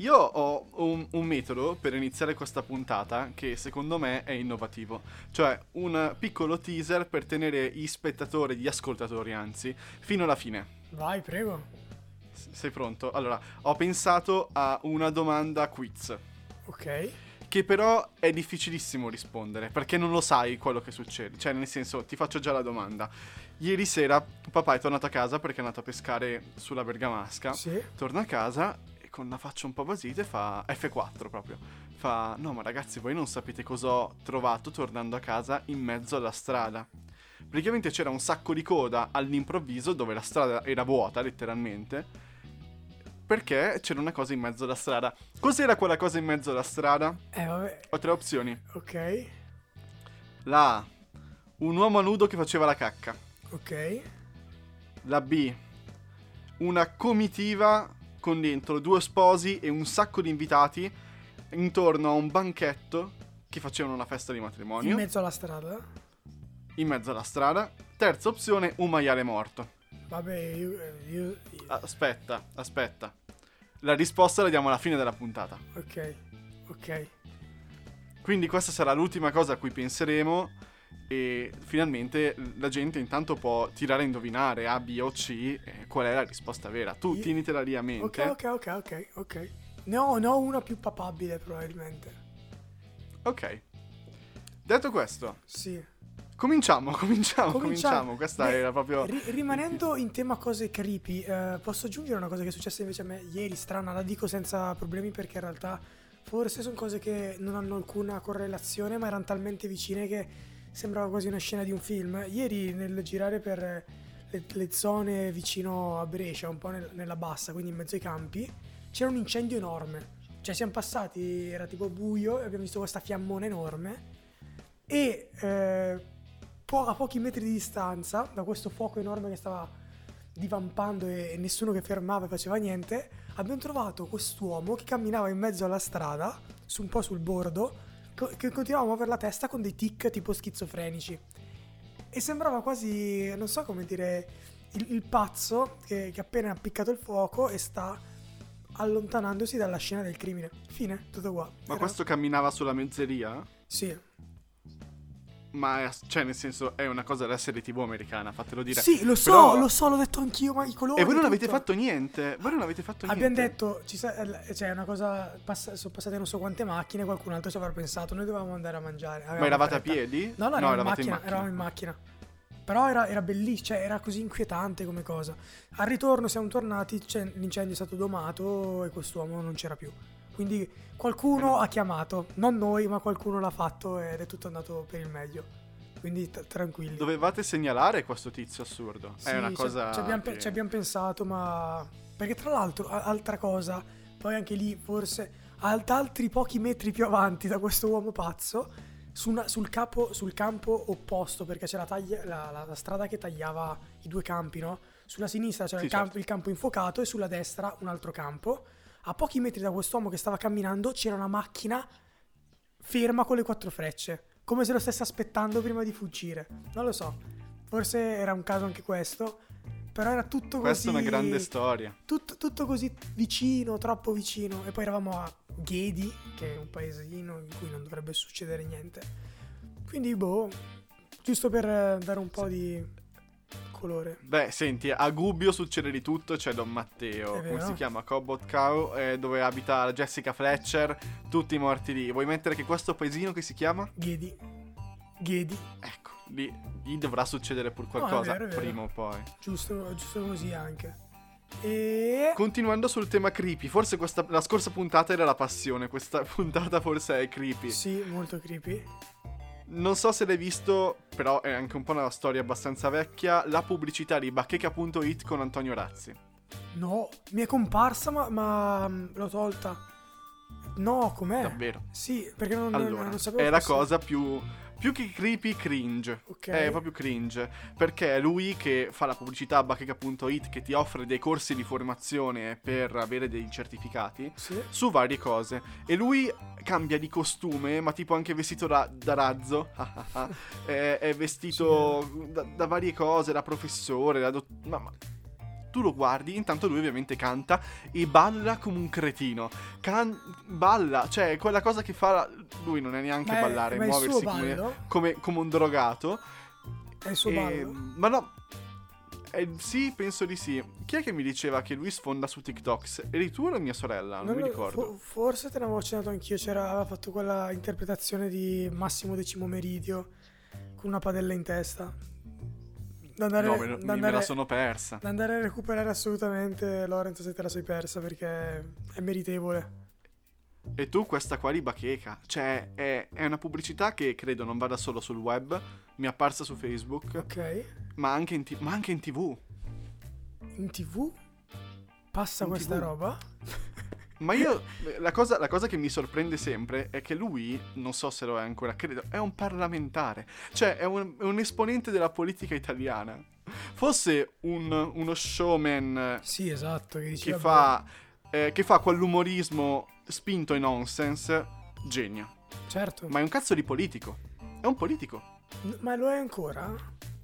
Io ho un metodo per iniziare questa puntata che secondo me è innovativo. Cioè un piccolo teaser per tenere gli spettatori, gli ascoltatori anzi, fino alla fine. Vai, prego. Sei pronto? Allora, ho pensato a una domanda quiz. Ok. Che però è difficilissimo rispondere, perché non lo sai quello che succede. Cioè, nel senso, ti faccio già la domanda. Ieri sera papà è tornato a casa perché è andato a pescare sulla Bergamasca. Sì. Torna a casa e con una faccia un po' basita fa F4 proprio. Fa, no ma ragazzi, voi non sapete cosa ho trovato tornando a casa in mezzo alla strada. Praticamente c'era un sacco di coda all'improvviso dove la strada era vuota, letteralmente, perché c'era una cosa in mezzo alla strada. Cos'era quella cosa in mezzo alla strada? Vabbè. Ho tre opzioni. Ok. La A, un uomo nudo che faceva la cacca. Ok. La B, una comitiva con dentro 2 sposi e un sacco di invitati intorno a un banchetto che facevano una festa di matrimonio. In mezzo alla strada. In mezzo alla strada. Terza opzione, un maiale morto. Vabbè, io. Aspetta. La risposta la diamo alla fine della puntata. Ok. Quindi questa sarà l'ultima cosa a cui penseremo e finalmente la gente intanto può tirare a indovinare A, B o C qual è la risposta vera. Tu tienitela lì a mente. Ok. Ne ho una più papabile probabilmente. Ok. Detto questo, Sì. cominciamo. Questa Beh, era proprio... rimanendo in tema cose creepy, posso aggiungere una cosa che è successa invece a me ieri, strana, la dico senza problemi perché in realtà forse sono cose che non hanno alcuna correlazione ma erano talmente vicine che sembrava quasi una scena di un film. Ieri nel girare per le zone vicino a Brescia, un po' nella bassa, quindi in mezzo ai campi, c'era un incendio enorme. Cioè siamo passati, era tipo buio e abbiamo visto questa fiammona enorme e a pochi metri di distanza da questo fuoco enorme che stava divampando e nessuno che fermava e faceva niente, abbiamo trovato quest'uomo che camminava in mezzo alla strada, un po' sul bordo, che continuava a muovere la testa con dei tic tipo schizofrenici e sembrava quasi, non so come dire, il pazzo che appena ha appiccato il fuoco e sta allontanandosi dalla scena del crimine. Fine, tutto qua. Ma questo camminava sulla mezzeria? Sì. Ma cioè nel senso è una cosa della serie TV americana, fatelo dire. Sì, lo so, Però... l'ho detto anch'io, ma i colori. E voi non tutto. avete fatto niente. Abbiamo detto, cioè è una cosa, sono passate non so quante macchine, qualcun altro ci avrà pensato, noi dovevamo andare a mangiare. Ma eravate a piedi? No, eravamo eravate in macchina. Però era bellissimo, cioè era così inquietante come cosa. Al ritorno siamo tornati, l'incendio è stato domato e quest'uomo non c'era più. Quindi qualcuno ha chiamato, non noi, ma qualcuno l'ha fatto ed è tutto andato per il meglio. Quindi tranquilli. Dovevate segnalare questo tizio assurdo. Sì, è una cosa ci abbiamo pensato, ma perché tra l'altro altra cosa, poi anche lì forse ad altri pochi metri più avanti da questo uomo pazzo, sul campo opposto, perché c'era la strada che tagliava i due campi, no? Sulla sinistra c'era il campo infuocato e sulla destra un altro campo. A pochi metri da quest'uomo che stava camminando c'era una macchina ferma con le 4 frecce, come se lo stesse aspettando prima di fuggire. Non lo so, forse era un caso anche questo, però era tutto così... Questa è una grande storia. Tutto così vicino, troppo vicino. E poi eravamo a Ghedi, che è un paesino in cui non dovrebbe succedere niente. Quindi giusto per dare un po' di colore. Beh, senti, a Gubbio succede di tutto. C'è Don Matteo, come si chiama? Cobot Cow, dove abita Jessica Fletcher, tutti morti lì. Vuoi mettere che questo paesino che si chiama? Ghedi. Ecco, lì dovrà succedere pur qualcosa, è vero. prima o poi. Giusto così anche. E continuando sul tema creepy, forse la scorsa puntata era la passione, questa puntata forse è creepy. Sì, molto creepy. Non so se l'hai visto, però è anche un po' una storia abbastanza vecchia, la pubblicità di Bacheca.it con Antonio Razzi. No, mi è comparsa ma l'ho tolta. No, com'è? Davvero? Sì, perché non sapevo. È la cosa più che creepy, cringe. Okay. È proprio cringe. Perché è lui che fa la pubblicità a Bacheca.it, che ti offre dei corsi di formazione per avere dei certificati su varie cose. E lui cambia di costume, ma tipo anche vestito da razzo. È vestito da varie cose, da professore, tu lo guardi, intanto lui ovviamente canta e balla come un cretino. Balla, cioè quella cosa che fa lui non è neanche ballare, ma muoversi come un drogato. È il suo ballo? Ma no, sì, penso di sì. Chi è che mi diceva che lui sfonda su TikTok? Eri tu o mia sorella? Non mi ricordo. Forse te ne avevo accennato anch'io. Aveva fatto quella interpretazione di Massimo Decimo Meridio con una padella in testa. Me la sono persa. Da andare a recuperare assolutamente, Lorenzo, se te la sei persa, perché è meritevole. E tu questa qua di bacheca, cioè è una pubblicità che credo non vada solo sul web, mi è apparsa su Facebook, ok, ma anche in TV. In TV? Passa questa roba? Ma io, la cosa che mi sorprende sempre è che lui, non so se lo è ancora, credo, è un parlamentare, cioè è un esponente della politica italiana. Fosse uno showman, sì, esatto, che fa quell'umorismo spinto e nonsense, genio. Certo. Ma è un cazzo di politico. È un politico. Ma lo è ancora?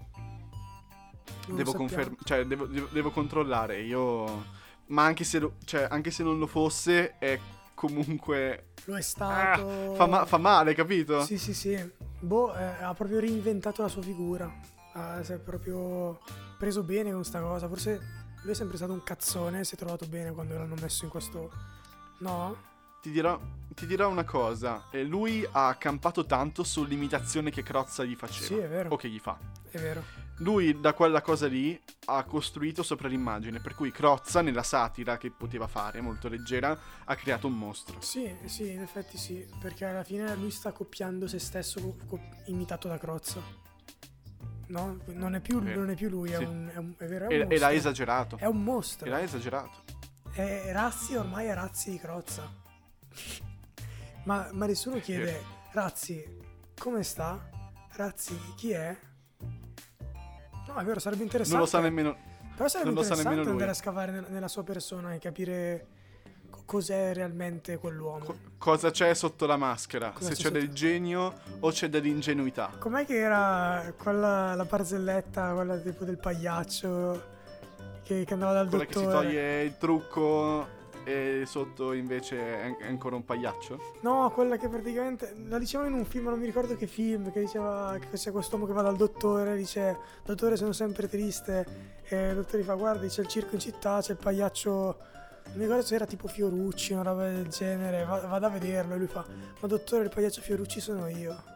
Devo controllare. Io. Ma anche se non lo fosse, è comunque. Lo è stato. Fa male, capito? Sì. Ha proprio reinventato la sua figura. Si è proprio preso bene con sta cosa. Forse lui è sempre stato un cazzone. Si è trovato bene quando l'hanno messo in questo. No? Ti dirò una cosa. Lui ha campato tanto sull'imitazione che Crozza gli faceva. Sì, è vero. O che gli fa. È vero. Lui da quella cosa lì ha costruito sopra l'immagine. Per cui Crozza, nella satira che poteva fare, molto leggera, ha creato un mostro. Sì, in effetti sì. Perché alla fine lui sta copiando se stesso imitato da Crozza. No? Non è più lui, sì. È vero, è un mostro. E l'ha esagerato. È un mostro. E l'ha esagerato. Razzi ormai è Razzi di Crozza. ma nessuno chiede Razzi come sta? Razzi chi è? No, è vero, sarebbe interessante. Non lo sa nemmeno. Però sarebbe interessante andare a scavare nella sua persona e capire cos'è realmente quell'uomo. Cosa c'è sotto la maschera? Se c'è del genio o c'è dell'ingenuità. Com'è che era la barzelletta, quella tipo del pagliaccio che andava dal quella dottore? Quella che si toglie il trucco e sotto invece è ancora un pagliaccio? No, quella che praticamente la dicevano in un film, non mi ricordo che film, che diceva che c'è quest'uomo che va dal dottore, dice dottore sono sempre triste, e il dottore gli fa guardi c'è il circo in città, c'è il pagliaccio, non mi ricordo se era tipo Fiorucci, una roba del genere, vado a vederlo, e lui fa ma dottore il pagliaccio Fiorucci sono io.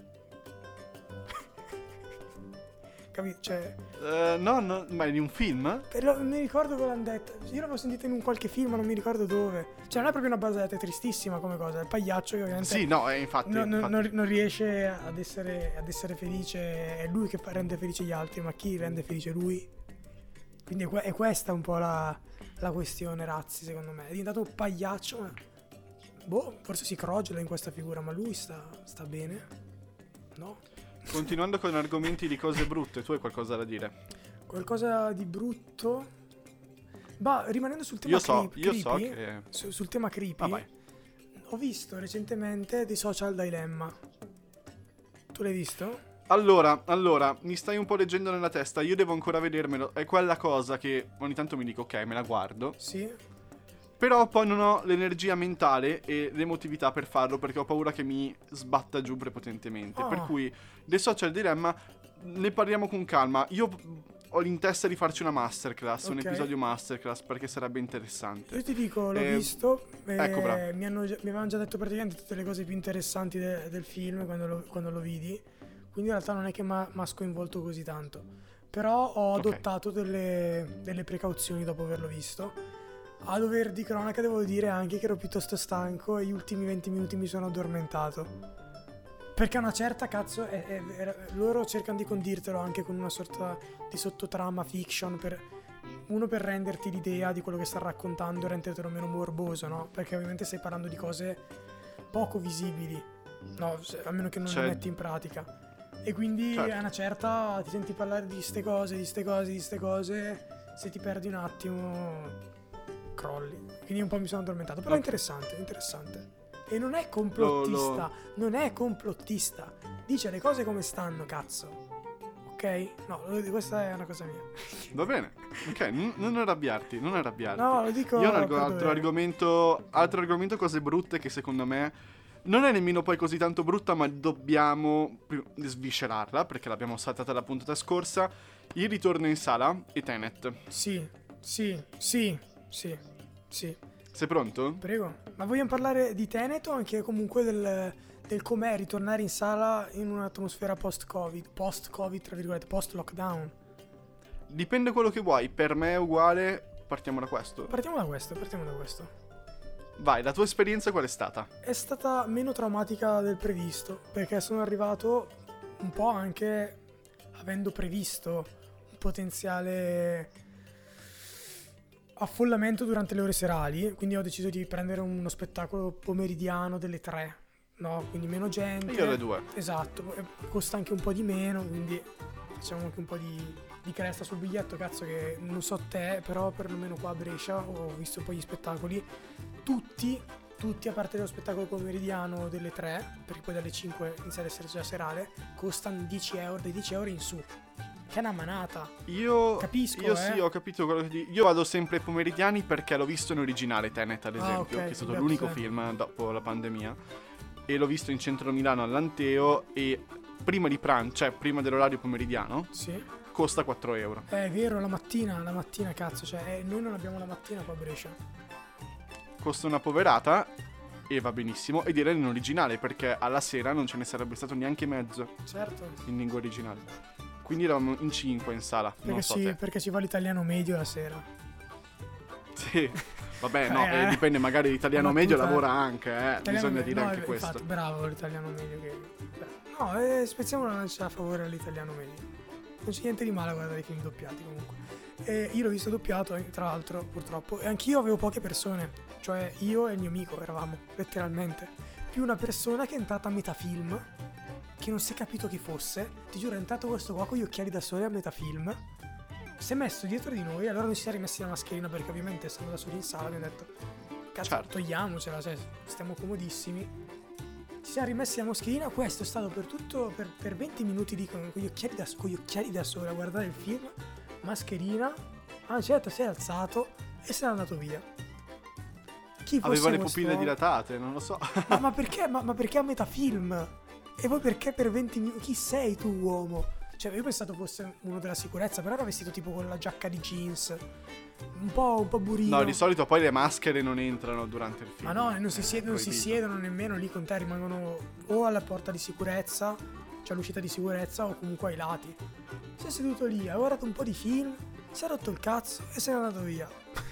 Capito? Cioè no, ma è di un film? Però non mi ricordo cosa hanno detto. Io l'avevo sentita in un qualche film, ma non mi ricordo dove. Cioè non è proprio una barzelletta, è tristissima come cosa. Il pagliaccio che ovviamente sì, no, infatti, non riesce ad essere felice. È lui che rende felice gli altri, ma chi rende felice lui? Quindi è questa un po' la questione Razzi, secondo me. È diventato un pagliaccio, ma forse si crogiola in questa figura, ma lui sta bene? No? Continuando con argomenti di cose brutte, tu hai qualcosa da dire? Qualcosa di brutto? Rimanendo sul tema sul tema creepy, ho visto recentemente The Social Dilemma. Tu l'hai visto? Allora, mi stai un po' leggendo nella testa, io devo ancora vedermelo. È quella cosa che ogni tanto mi dico, ok, me la guardo. Sì. Però poi non ho l'energia mentale e l'emotività per farlo, perché ho paura che mi sbatta giù prepotentemente. Per cui The Social Dilemma ne parliamo con calma. Io ho in testa di farci una masterclass, un episodio masterclass, perché sarebbe interessante. Io ti dico, l'ho visto. Ecco, bravo. Mi avevano già detto praticamente tutte le cose più interessanti del film quando lo vidi. Quindi in realtà non è che mi ha sconvolto così tanto. Però ho adottato delle precauzioni dopo averlo visto. A dover di cronaca devo dire anche che ero piuttosto stanco e gli ultimi 20 minuti mi sono addormentato. Perché a una certa cazzo loro cercano di condirtelo anche con una sorta di sottotrama fiction per renderti l'idea di quello che sta raccontando e rendertelo meno morboso, no? Perché ovviamente stai parlando di cose poco visibili, no? A meno che non le metti in pratica. E quindi a una certa ti senti parlare di ste cose, se ti perdi un attimo crolli. Quindi un po' mi sono addormentato. Però è interessante. E non è complottista. Non è complottista. Dice le cose come stanno, cazzo. Ok? ok? No, questa è una cosa mia. Va bene, ok, non arrabbiarti. No, lo dico Io ho per altro dovere. argomento, cose brutte che secondo me non è nemmeno poi così tanto brutta, ma dobbiamo sviscerarla perché l'abbiamo saltata la puntata scorsa. Il ritorno in sala e Tenet. Sì. Sei pronto? Prego. Ma vogliamo parlare di Tenet o anche comunque del com'è ritornare in sala in un'atmosfera post-Covid, tra virgolette, post-lockdown? Dipende quello che vuoi, per me è uguale, partiamo da questo. Partiamo da questo. Vai, la tua esperienza qual è stata? È stata meno traumatica del previsto, perché sono arrivato un po' anche avendo previsto un potenziale affollamento durante le ore serali, quindi ho deciso di prendere uno spettacolo pomeridiano delle 3, no? Quindi meno gente. Io alle 2. Esatto, e costa anche un po' di meno, quindi facciamo anche un po' di cresta sul biglietto, cazzo, che non so te, però perlomeno qua a Brescia ho visto poi gli spettacoli, tutti a parte dello spettacolo pomeridiano delle 3, perché poi dalle 5 inizia ad essere già serale, costano 10 euro, dai 10 euro in su, che è una manata. Capisco, Io sì, ho capito quello che dici. Io vado sempre ai pomeridiani perché l'ho visto in originale, Tenet ad esempio, ok, che è stato beh, l'unico sì. film dopo la pandemia, e l'ho visto in centro Milano all'Anteo e prima di pranzo, cioè prima dell'orario pomeridiano, Sì. costa 4 euro. È vero, la mattina cazzo, cioè noi non abbiamo la mattina qua a Brescia. Costa una poverata e va benissimo, ed era in originale perché alla sera non ce ne sarebbe stato neanche mezzo Certo. in lingua originale. Quindi eravamo in 5 in sala, non so te. Perché si fa l'italiano medio la sera. Sì, vabbè, no, dipende, magari l'italiano Una medio battuta, lavora anche, Italiano bisogna dire no, anche questo. Infatti, bravo l'italiano medio che... No, spezziamo la lancia a favore all'italiano medio. Non c'è niente di male a guardare i film doppiati comunque. Io l'ho visto doppiato, tra l'altro, purtroppo. E anch'io avevo poche persone. Cioè, io e il mio amico eravamo, letteralmente. Più una persona che è entrata a metà film, che non si è capito chi fosse. Ti giuro, è entrato questo qua con gli occhiali da sole a metà film. Si è messo dietro di noi, allora noi ci siamo rimessi la mascherina perché ovviamente essendo da soli in sala abbiamo detto cazzo, Certo. togliamocela, cioè stiamo comodissimi. Ci siamo rimessi la mascherina, questo è stato per 20 minuti con gli occhiali da sole a guardare il film, mascherina, a un certo si è alzato e se n'è andato via. Chi fosse Aveva le questo? pupille dilatate, non lo so. Ma perché? Ma perché a metà film? E poi perché per 20 minuti? Chi sei tu, uomo? Cioè, io pensato fosse uno della sicurezza, però era vestito tipo con la giacca di jeans. Un po' burino. No, di solito poi le maschere non entrano durante il film. Ma no, non si proibito. siedono nemmeno lì con te, rimangono o alla porta di sicurezza, cioè all'uscita di sicurezza, o comunque ai lati. Si è seduto lì, ha guardato un po' di film, si è rotto il cazzo e se n'è andato via.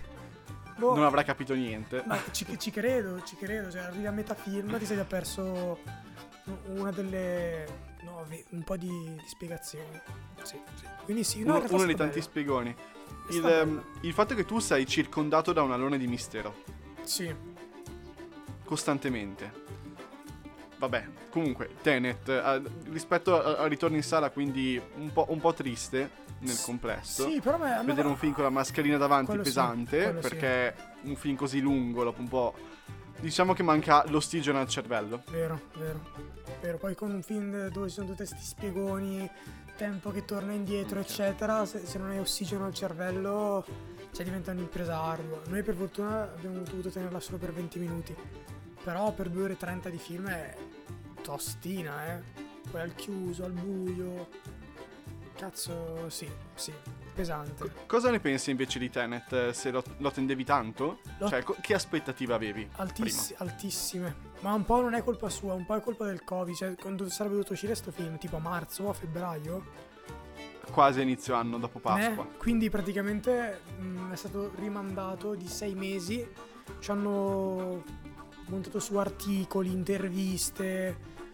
Boh, Non avrà capito niente. ma ci credo, cioè arrivi a metà film, ti sei già perso una delle... No, un po' di spiegazioni. Sì. Quindi sì, no, in realtà Uno è dei stato tanti bello. spiegoni. È stato bello. Il fatto che tu sei circondato da un alone di mistero Sì. costantemente. Vabbè, comunque, Tenet, rispetto a Ritorno in sala, quindi un po' triste nel complesso. Sì, però a me Vedere un film con la mascherina davanti quello sì, pesante, quello sì. perché un film così lungo, dopo un po', diciamo che manca l'ossigeno al cervello. Vero. Poi con un film dove ci sono tutti questi spiegoni, tempo che torna indietro, eccetera, se non hai ossigeno al cervello, cioè diventa un'impresa ardua. Noi per fortuna abbiamo dovuto tenerla solo per 20 minuti. Però per 2 ore e 30 di film è tostina, Poi al chiuso, al buio. Cazzo, sì, pesante. Cosa ne pensi invece di Tenet? Se lo attendevi tanto? Lo- Cioè, che aspettative avevi prima? Altissime. Ma un po' non è colpa sua, un po' è colpa del Covid. Cioè, quando sarebbe dovuto uscire sto film, tipo a marzo o a febbraio. Quasi a inizio anno, dopo Pasqua. Quindi praticamente è stato rimandato di 6 mesi. Ci hanno montato su articoli, interviste,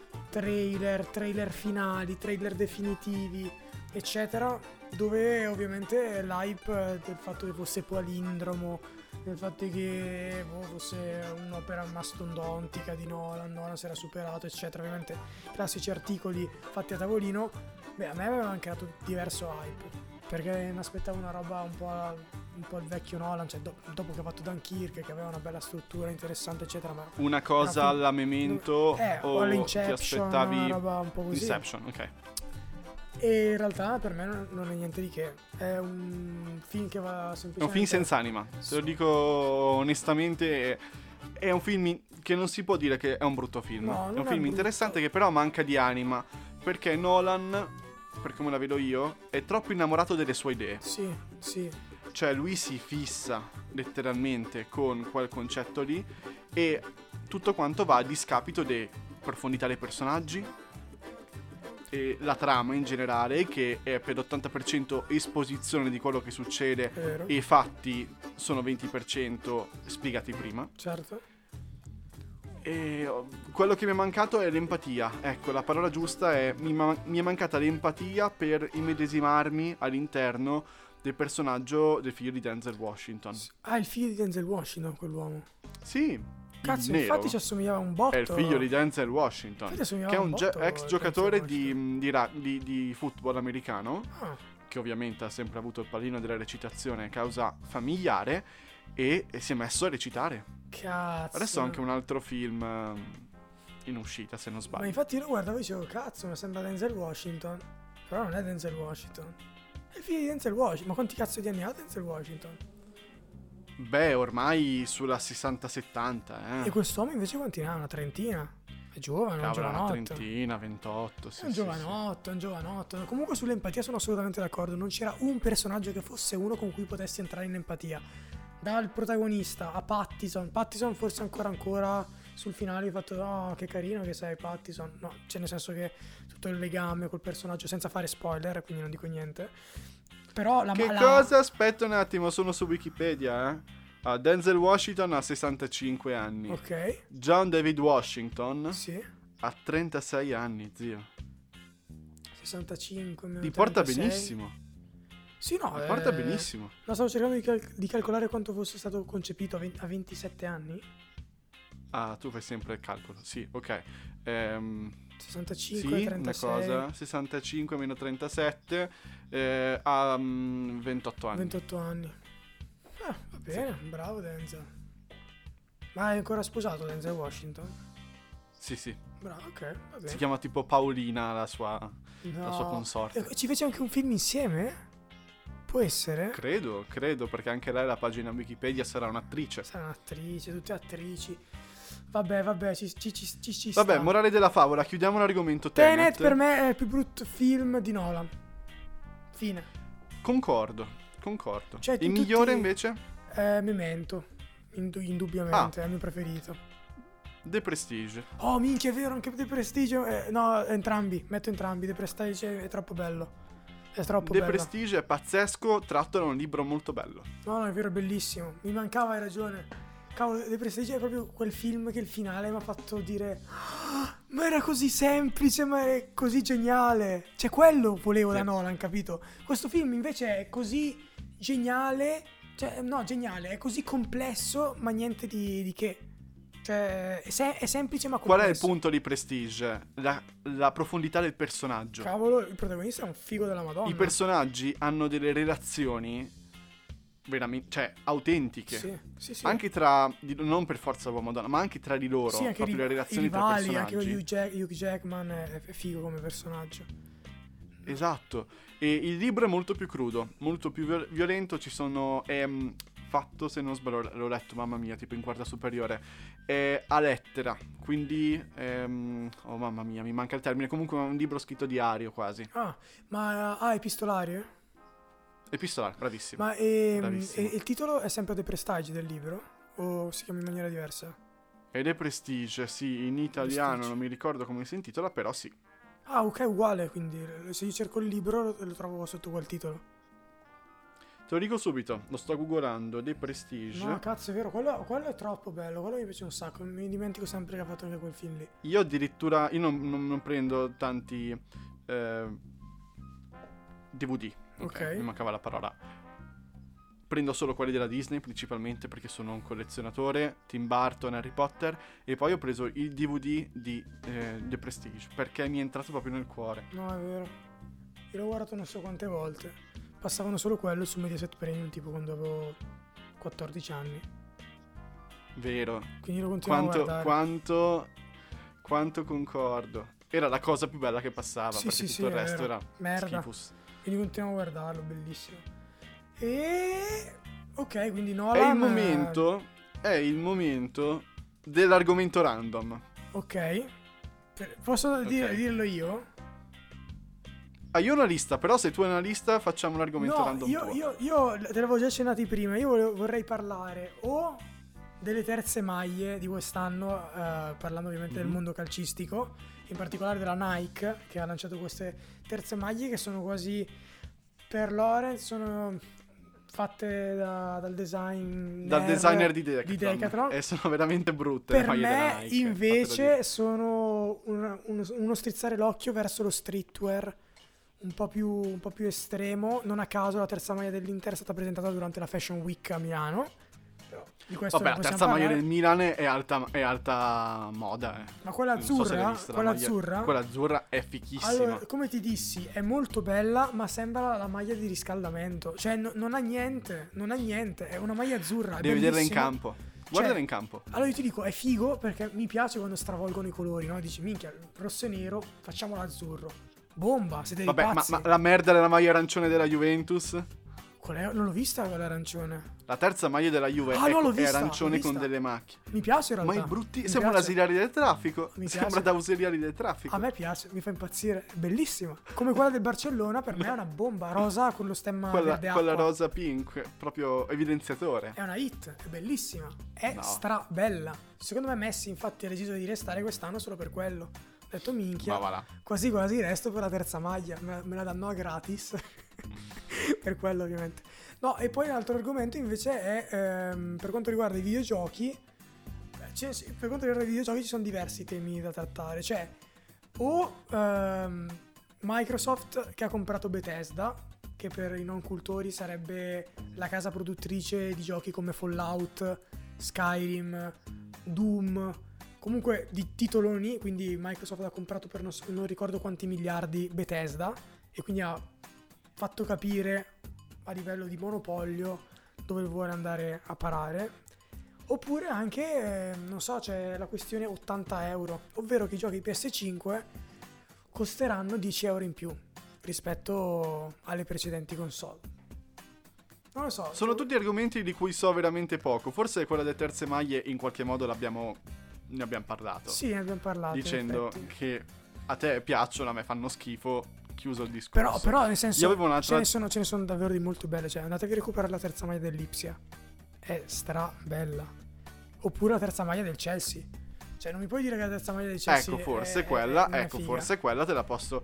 trailer finali, trailer definitivi, eccetera, dove ovviamente l'hype del fatto che fosse palindromo, del fatto che fosse un'opera mastodontica di Nolan si era superato, eccetera, ovviamente classici articoli fatti a tavolino. Beh, a me aveva anche dato diverso hype, perché mi aspettavo una roba un po' il vecchio Nolan, cioè dopo che ha fatto Dunkirk, che aveva una bella struttura interessante, eccetera. Ma Una cosa alla Memento o o ti all'Inception, aspettavi una roba un po' così. Inception, ok. E in realtà per me non è niente di che. È un film che va semplicemente... È un film senza anima, te lo dico onestamente. È un film che non si può dire che è un brutto film. No, È non un è film brutto. interessante che però manca di anima. Perché Nolan, per come la vedo io, è troppo innamorato delle sue idee. Sì, sì. Cioè lui si fissa letteralmente con quel concetto lì e tutto quanto va a discapito di profondità dei personaggi e la trama in generale, che è per l'80% esposizione di quello che succede È vero. e i fatti sono 20% spiegati prima. Certo. E quello che mi è mancato è l'empatia. Ecco, la parola giusta è mi è mancata l'empatia per immedesimarmi all'interno del personaggio del figlio di Denzel Washington. Ah, il figlio di Denzel Washington, quell'uomo. Sì, Cazzo, il nero infatti ci assomigliava un botto. è il figlio di Denzel Washington, Infatti assomigliava che è un un botto ex Denzel giocatore Washington. di football americano, Ah, che ovviamente ha sempre avuto il pallino della recitazione a causa familiare e si è messo a recitare. cazzo. Adesso ha anche un altro film in uscita, se non Ma sbaglio. infatti io lo guardavo e dicevo, cazzo, ma sembra Denzel Washington. Però non è Denzel Washington. È il figlio di Denzel Washington. Ma quanti cazzo di anni ha Denzel Washington? Beh, ormai sulla 60-70, E quest'uomo invece quanti ne ha? Una trentina? È giovane, è un Cavolo, una giovanotto. trentina, 28, sì, È un sì, sì. giovanotto, è un giovanotto. Comunque sull'empatia sono assolutamente d'accordo. Non c'era un personaggio che fosse uno con cui potessi entrare in empatia. Dal protagonista a Pattison. Pattison forse ancora sul finale ho fatto oh che carino che sei Pattison. No, cioè nel senso che tutto il legame col personaggio, senza fare spoiler, quindi non dico niente. Però Che cosa? Aspetta un attimo, sono su Wikipedia, Ah, Denzel Washington ha 65 anni. Ok, John David Washington sì. ha 36 anni, zio. 65 meno Li porta 36. benissimo. Sì, no, Li porta benissimo. no, stavo cercando di calcolare quanto fosse stato concepito a 27 anni. Ah, tu fai sempre il calcolo. Sì, ok. 65, Sì, 36, una cosa. 65 meno 37 ha 28 anni. 28 anni. Va bene, bravo Denzel. Ma è ancora sposato Denzel Washington? Sì, sì. Bravo, ok, va bene. Si chiama tipo Paolina la sua No. consorte. Ci fece anche un film insieme? Può essere? Credo, perché anche lei la pagina Wikipedia sarà un'attrice. Sarà un'attrice, tutte attrici. Vabbè, ci Vabbè, sta. morale della favola, chiudiamo l'argomento Tenet per me è il più brutto film di Nolan. Fine. Concordo. Cioè, Il tutti- migliore invece? Memento. Indubbiamente, è il mio preferito. The Prestige. Oh, minchia, è vero, anche The Prestige. No, entrambi, metto entrambi. The Prestige è troppo bello. È troppo The bello. Prestige è pazzesco, tratto da un libro molto bello. No, è vero, è bellissimo. Mi mancava, hai ragione. Cavolo, The Prestige è proprio quel film che il finale mi ha fatto dire "Ah, ma era così semplice, ma è così geniale. Cioè, quello volevo da Sì. Nolan, capito? Questo film invece è così geniale. Cioè, no, geniale, è così complesso, ma niente di che. Cioè, è semplice ma complesso. Qual è il punto di Prestige? La profondità del personaggio. Cavolo, il protagonista è un figo della Madonna. I personaggi hanno delle relazioni veramente, cioè, autentiche. Sì. Anche tra, non per forza uomo e donna, ma anche tra di loro. Sì, anche proprio le i relazioni tra rivali, anche personaggi. Hugh Jackman è figo come personaggio. Esatto. E il libro è molto più crudo, molto più violento. Ci sono. È fatto, se non sbaglio, l'ho letto, mamma mia, tipo in quarta superiore. È a lettera. Quindi. Oh mamma mia, mi manca il termine. Comunque è un libro scritto diario quasi. Ma epistolario? Epistolare, bravissimo. Ma Bravissimo. il titolo è sempre The Prestige del libro? O si chiama in maniera diversa? Ed è Prestige, sì, in italiano Prestige. non mi ricordo come si intitola, però sì. Ah, ok, uguale, quindi se io cerco il libro lo trovo sotto quel titolo. Te lo dico subito, lo sto googolando, The Prestige. No, cazzo, è vero, quello è troppo bello, quello mi piace un sacco, mi dimentico sempre che ha fatto anche quel film lì. Io addirittura, io non prendo tanti DVD, Ok. mi mancava la parola. Prendo solo quelli della Disney principalmente perché sono un collezionatore, Tim Burton, Harry Potter, e poi ho preso il DVD di The Prestige perché mi è entrato proprio nel cuore. No, è vero. Io l'ho guardato non so quante volte. Passavano solo quello su Mediaset Premium, tipo quando avevo 14 anni. Vero. Quindi lo continuavo a guardare. Quanto concordo. era la cosa più bella che passava, Sì, perché sì, tutto il è resto vero. era Merda. schifus. Quindi continuiamo a guardarlo, bellissimo. E... ok, quindi È Nolan... il momento dell'argomento random. ok. Posso dirlo io? Ah, io ho una lista, però se tu hai una lista facciamo l'argomento No, random tuo. io te l'avevo già accennati prima. Io vorrei parlare o delle terze maglie di quest'anno, parlando ovviamente del mondo calcistico, in particolare della Nike, che ha lanciato queste terze maglie che sono quasi per Lawrence, sono fatte dal designer di Decathlon. E sono veramente brutte le Per maglie della me Nike, invece sono uno strizzare l'occhio verso lo streetwear un po' più estremo. Non a caso la terza maglia dell'Inter è stata presentata durante la Fashion Week a Milano. Però di questo vabbè, ne la possiamo terza maglia parlare. del Milan è alta moda. Ma quella Non so se l'hai azzurra, vista, la quella maglia- azzurra, quella azzurra è fichissima. allora, come ti dissi, è molto bella, ma sembra la maglia di riscaldamento. Cioè, non ha niente, è una maglia azzurra. È Devi vederla in bellissima. campo. Guardala in campo. Allora io ti dico, è figo perché mi piace quando stravolgono i colori, no? Dici, minchia, rosso e nero, facciamo l'azzurro. Bomba, siete dei Vabbè, pazzi. ma la merda della maglia arancione della Juventus? Qual è? Non l'ho vista quella arancione. La terza maglia della Juve Ah, no, l'ho è vista, arancione l'ho vista. con delle macchie. Mi piace in Ma realtà. è brutti. Mi Sembra un piace. ausiliare del traffico. Mi Sembra piace. da ausiliari del traffico. A me piace, mi fa impazzire, è bellissima. Come quella del Barcellona, per me è una bomba rosa con lo stemma verde quella acqua. rosa pink, proprio evidenziatore. È una hit, è bellissima. È No. stra bella. Secondo me Messi infatti ha deciso di restare quest'anno solo per quello. Ho detto minchia, Ma va là. quasi quasi resto per la terza maglia, me la danno a gratis. Per quello ovviamente. No, e poi l'altro argomento invece è per quanto riguarda i videogiochi. Per quanto riguarda i videogiochi ci sono diversi temi da trattare. Cioè, o Microsoft che ha comprato Bethesda, che per i non cultori sarebbe la casa produttrice di giochi come Fallout, Skyrim, Doom, comunque di titoloni. Quindi Microsoft ha comprato per non ricordo quanti miliardi Bethesda, e quindi ha fatto capire a livello di monopolio dove vuole andare a parare. Oppure anche, non so, c'è la questione 80 euro, ovvero che i giochi PS5 costeranno 10 euro in più rispetto alle precedenti console. Non lo so. Sono tutti argomenti di cui so veramente poco. Forse quella delle terze maglie in qualche modo ne abbiamo parlato. Sì, ne abbiamo parlato. Dicendo in effetti. che a te piacciono, a me fanno schifo. Chiuso il discorso. Però nel senso, io avevo un'altra... ce ne sono davvero di molto belle. Cioè, andatevi a recuperare la terza maglia dell'Ipsia. È stra bella. Oppure la terza maglia del Chelsea. Cioè, non mi puoi dire che la terza maglia del Chelsea Ecco, forse quella te la posso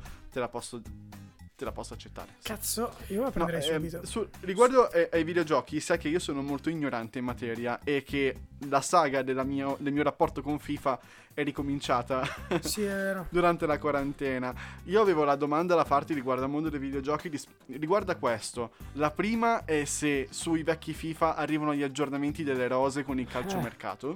accettare. Sì. Cazzo, io la prenderei subito. Riguardo ai videogiochi, sai che io sono molto ignorante in materia e che la saga del mio rapporto con FIFA è ricominciata Sì, è vero. durante la quarantena. Io avevo la domanda da farti riguardo al mondo dei videogiochi, riguarda questo. La prima è se sui vecchi FIFA arrivano gli aggiornamenti delle rose con il calciomercato.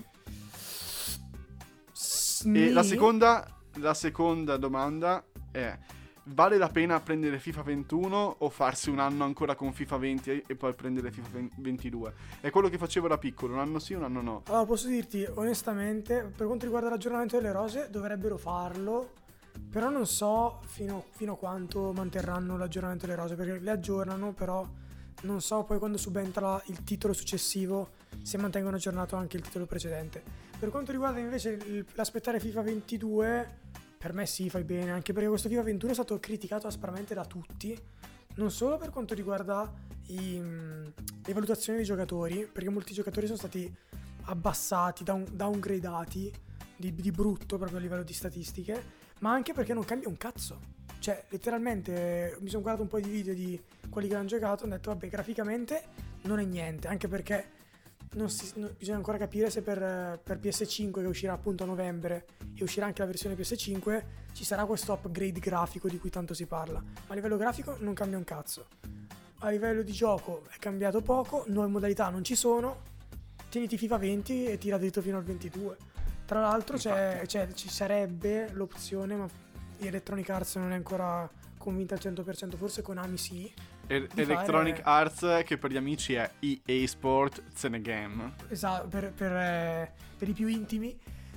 E la seconda domanda è: vale la pena prendere FIFA 21 o farsi un anno ancora con FIFA 20 e poi prendere FIFA 22? È quello che facevo da piccolo, un anno sì, un anno no. Allora, posso dirti onestamente, per quanto riguarda l'aggiornamento delle rose, dovrebbero farlo, però non so fino a quanto manterranno l'aggiornamento delle rose, perché le aggiornano, però non so poi quando subentra il titolo successivo se mantengono aggiornato anche il titolo precedente. Per quanto riguarda invece l'aspettare FIFA 22, per me sì, fai bene, anche perché questo FIFA 21 è stato criticato aspramente da tutti, non solo per quanto riguarda le valutazioni dei giocatori, perché molti giocatori sono stati abbassati, downgradati di brutto proprio a livello di statistiche, ma anche perché non cambia un cazzo. Cioè, letteralmente mi sono guardato un po' di video di quelli che hanno giocato e ho detto, vabbè, graficamente non è niente, anche perché bisogna ancora capire se per PS5, che uscirà appunto a novembre, e uscirà anche la versione PS5, ci sarà questo upgrade grafico di cui tanto si parla. Ma a livello grafico non cambia un cazzo. A livello di gioco è cambiato poco, nuove modalità non ci sono, tieniti FIFA 20 e tira dritto fino al 22. Tra l'altro ci sarebbe l'opzione, ma Electronic Arts non è ancora convinta al 100%, forse Konami sì. Electronic Arts, che per gli amici è EA Sport Game. Esatto, per i più intimi.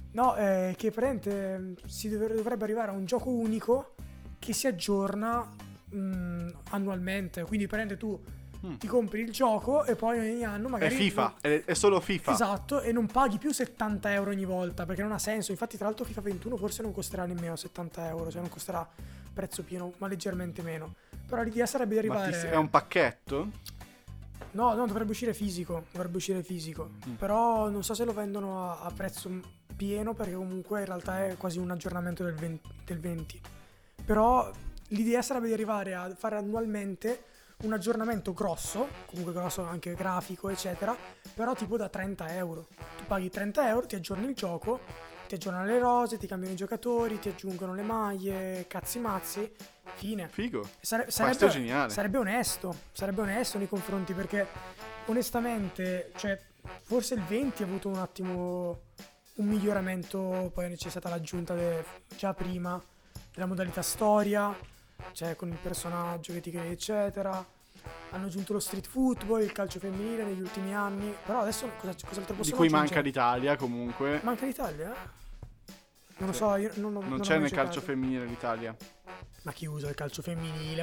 No, che praticamente dovrebbe arrivare a un gioco unico che si aggiorna annualmente. Quindi praticamente tu ti compri il gioco e poi ogni anno magari... È FIFA, è solo FIFA. Esatto, e non paghi più 70 euro ogni volta, perché non ha senso. Infatti tra l'altro FIFA 21 forse non costerà nemmeno 70 euro, cioè non costerà prezzo pieno, ma leggermente meno. Però l'idea sarebbe di arrivare... È un pacchetto? No, dovrebbe uscire fisico. Però non so se lo vendono a prezzo pieno, perché comunque in realtà è quasi un aggiornamento del 20. Però l'idea sarebbe di arrivare a fare annualmente un aggiornamento grosso, comunque grosso anche grafico eccetera, però tipo da 30 euro. Tu paghi 30 euro, ti aggiorni il gioco, ti aggiornano le rose, ti cambiano i giocatori, ti aggiungono le maglie, cazzi mazzi, fine. Figo. Questo è geniale. Sarebbe onesto nei confronti, perché onestamente, cioè, forse il 20 ha avuto un attimo un miglioramento, poi c'è stata l'aggiunta già prima della modalità storia, cioè con il personaggio che ti crei eccetera. Hanno aggiunto lo street football, il calcio femminile negli ultimi anni, però adesso cos'altro possiamo Di cui aggiungere? manca l'Italia comunque. Manca l'Italia? Non lo so, io non Non ho c'è mai nel giocato. calcio femminile l'Italia. Ma chi usa il calcio femminile?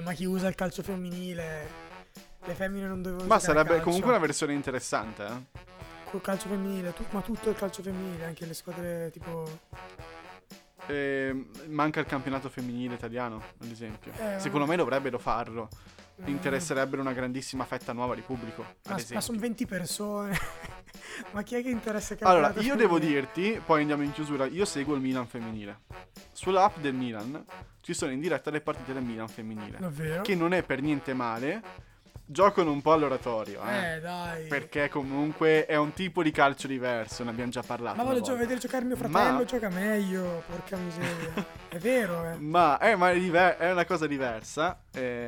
Le femmine non dovevano Ma giocare a sarebbe calcio. comunque una versione interessante, Col calcio femminile, ma tutto il calcio femminile, anche le squadre tipo... Manca il campionato femminile italiano, ad esempio. Secondo ma- me dovrebbero farlo. Interesserebbero una grandissima fetta nuova di pubblico, ad Ma esempio. sono 20 persone. Ma chi è che interessa il Allora, campionato io devo femminile? dirti, poi andiamo in chiusura, io seguo il Milan femminile. Sull'app del Milan ci sono in diretta le partite del Milan femminile. Davvero? Che non è per niente male. Giocano un po' all'oratorio, Dai. perché comunque è un tipo di calcio diverso, ne abbiamo già parlato. Ma una voglio volta. vedere giocare mio fratello, Ma- gioca meglio, porca miseria. È vero, Ma è una cosa diversa.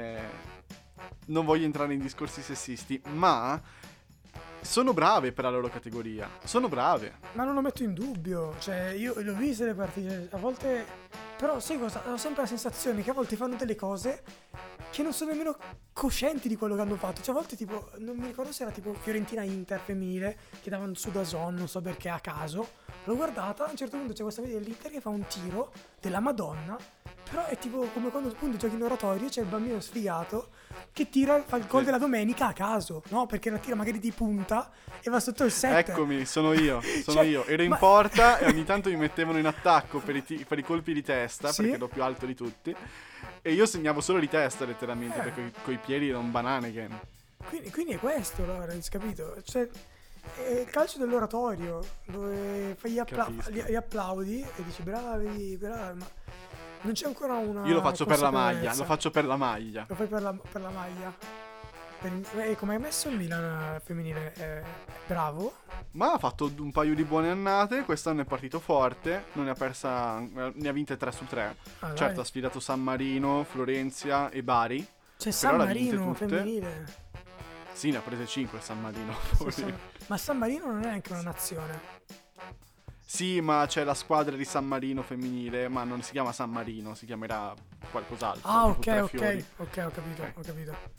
Non voglio entrare in discorsi sessisti, ma sono brave per la loro categoria. Sono brave. Ma non lo metto in dubbio. Cioè, io le ho viste le partite, a volte... Però sai cosa? Ho sempre la sensazione che a volte fanno delle cose che non sono nemmeno coscienti di quello che hanno fatto. Cioè a volte tipo, non mi ricordo se era tipo Fiorentina-Inter femminile, che davano su DAZN, non so perché, a caso. L'ho guardata, a un certo punto c'è questa via dell'Inter che fa un tiro della Madonna, però è tipo come quando appunto giochi in oratorio, c'è il bambino sfigato che fa il gol della domenica a caso, no? Perché la tira magari di punta e va sotto il 7. Eccomi, sono io. Cioè, Ero in ma- porta e ogni tanto mi mettevano in attacco per i colpi di testa, Sì? perché ero più alto di tutti. E io segnavo solo di testa, letteralmente, perché coi piedi ero un banane game. Quindi è questo, Lorenz, capito? Cioè, è il calcio dell'oratorio, dove fai Capisco. gli applaudi e dici bravi, bravi, ma non c'è ancora una... Io lo faccio per la maglia, consapevolezza. lo faccio per la maglia. Lo fai per la maglia. E come hai messo il Milan femminile? È bravo? Ma ha fatto un paio di buone annate, quest'anno è partito forte, non ne ha persa, ne ha vinte 3 su 3. Ah, Certo, dai. ha sfidato San Marino, Florenza e Bari. C'è però San l'ha vinte Marino tutte. femminile. Sì, ne ha prese 5 San Marino. Ma San Marino non è anche una nazione. Sì, ma c'è la squadra di San Marino femminile, ma non si chiama San Marino, si chiamerà qualcos'altro. Ah, tipo tre fiori. ok, ho capito.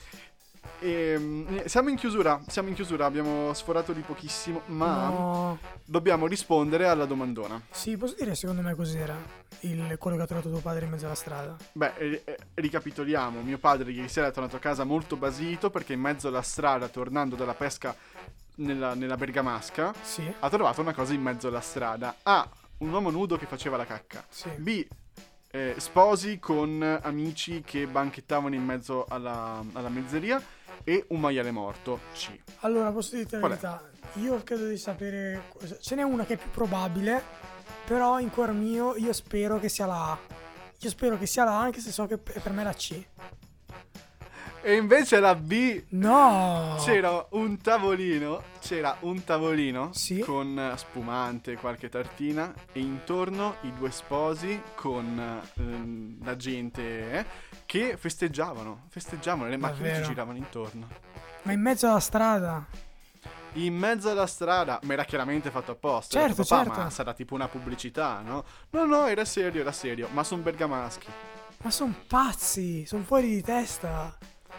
Siamo in chiusura, abbiamo sforato di pochissimo, ma No. dobbiamo rispondere alla domandona. Sì, posso dire secondo me cos'era quello che ha trovato tuo padre in mezzo alla strada? Beh, ricapitoliamo. Mio padre ieri sera è tornato a casa molto basito perché in mezzo alla strada, tornando dalla pesca nella Bergamasca, Sì, ha trovato una cosa in mezzo alla strada. A, un uomo nudo che faceva la cacca. sì. B, sposi con amici che banchettavano in mezzo alla mezzeria. E un maiale morto. C. Allora, posso dirti la Qual è? verità? Io credo di sapere... Ce n'è una che è più probabile, però in cuor mio io spero che sia la A. Io spero che sia la A, anche se so che per me è la C. E invece la B. No! C'era un tavolino Sì. con spumante, qualche tartina e intorno i due sposi con la gente che festeggiavano, le macchine Davvero? ci giravano intorno. Ma in mezzo alla strada? In mezzo alla strada, ma era chiaramente fatto apposta. Ho Certo, detto, "Papà, certo. ma sarà tipo una pubblicità, no?" No, era serio, ma sono bergamaschi. Ma sono pazzi, sono fuori di testa.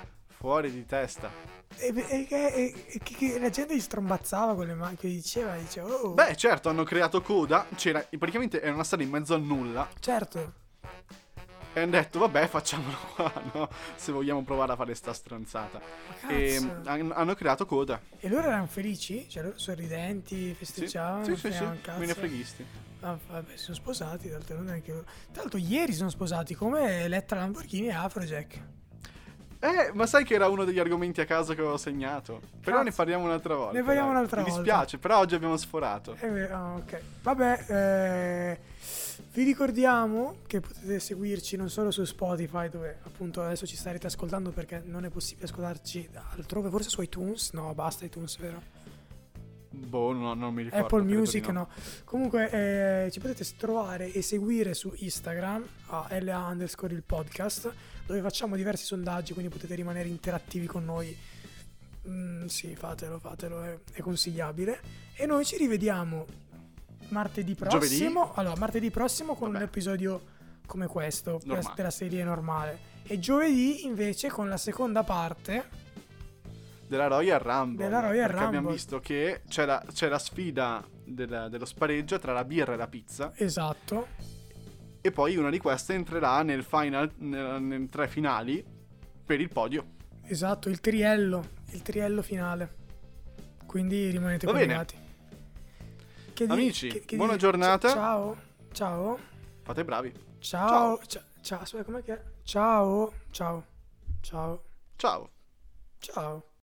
fuori di testa. Che la gente gli strombazzava con le mani, che diceva oh. Beh, certo, hanno creato coda. Praticamente era una strada in mezzo al nulla. Certo. E hanno detto, vabbè, facciamolo qua, no? Se vogliamo provare a fare sta stronzata. E hanno creato coda. E loro erano felici? Cioè loro sorridenti, festeggiavano? Sì, me ne freghisti. Ah, vabbè, si sono sposati, d'altro non è che loro. Tra l'altro ieri sono sposati, come Elettra Lamborghini e Afrojack. Ma sai che era uno degli argomenti a caso che avevo segnato? Però ne parliamo un'altra volta. Ne parliamo un'altra volta. Mi dispiace, però oggi abbiamo sforato. Ok. Vabbè, vi ricordiamo che potete seguirci non solo su Spotify, dove appunto adesso ci starete ascoltando perché non è possibile ascoltarci altrove, forse su iTunes. No, basta iTunes, vero? Boh, no, non mi ricordo. Apple Music no. Comunque ci potete trovare e seguire su Instagram a LA_ il podcast, dove facciamo diversi sondaggi, quindi potete rimanere interattivi con noi. Sì, fatelo, è consigliabile. E noi ci rivediamo martedì prossimo. Giovedì? Allora, martedì prossimo con un episodio come questo della serie normale. E giovedì invece con la seconda parte della Royal Rumble. Perché abbiamo visto che c'è la sfida dello spareggio tra la birra e la pizza. Esatto. E poi una di queste entrerà nel final, nel 3 finali per il podio. Esatto, il triello finale. Quindi rimanete collegati. Amici, buona giornata. Ciao. Fate bravi. Ciao. Aspetta, com'è che è? Ciao. Ciao.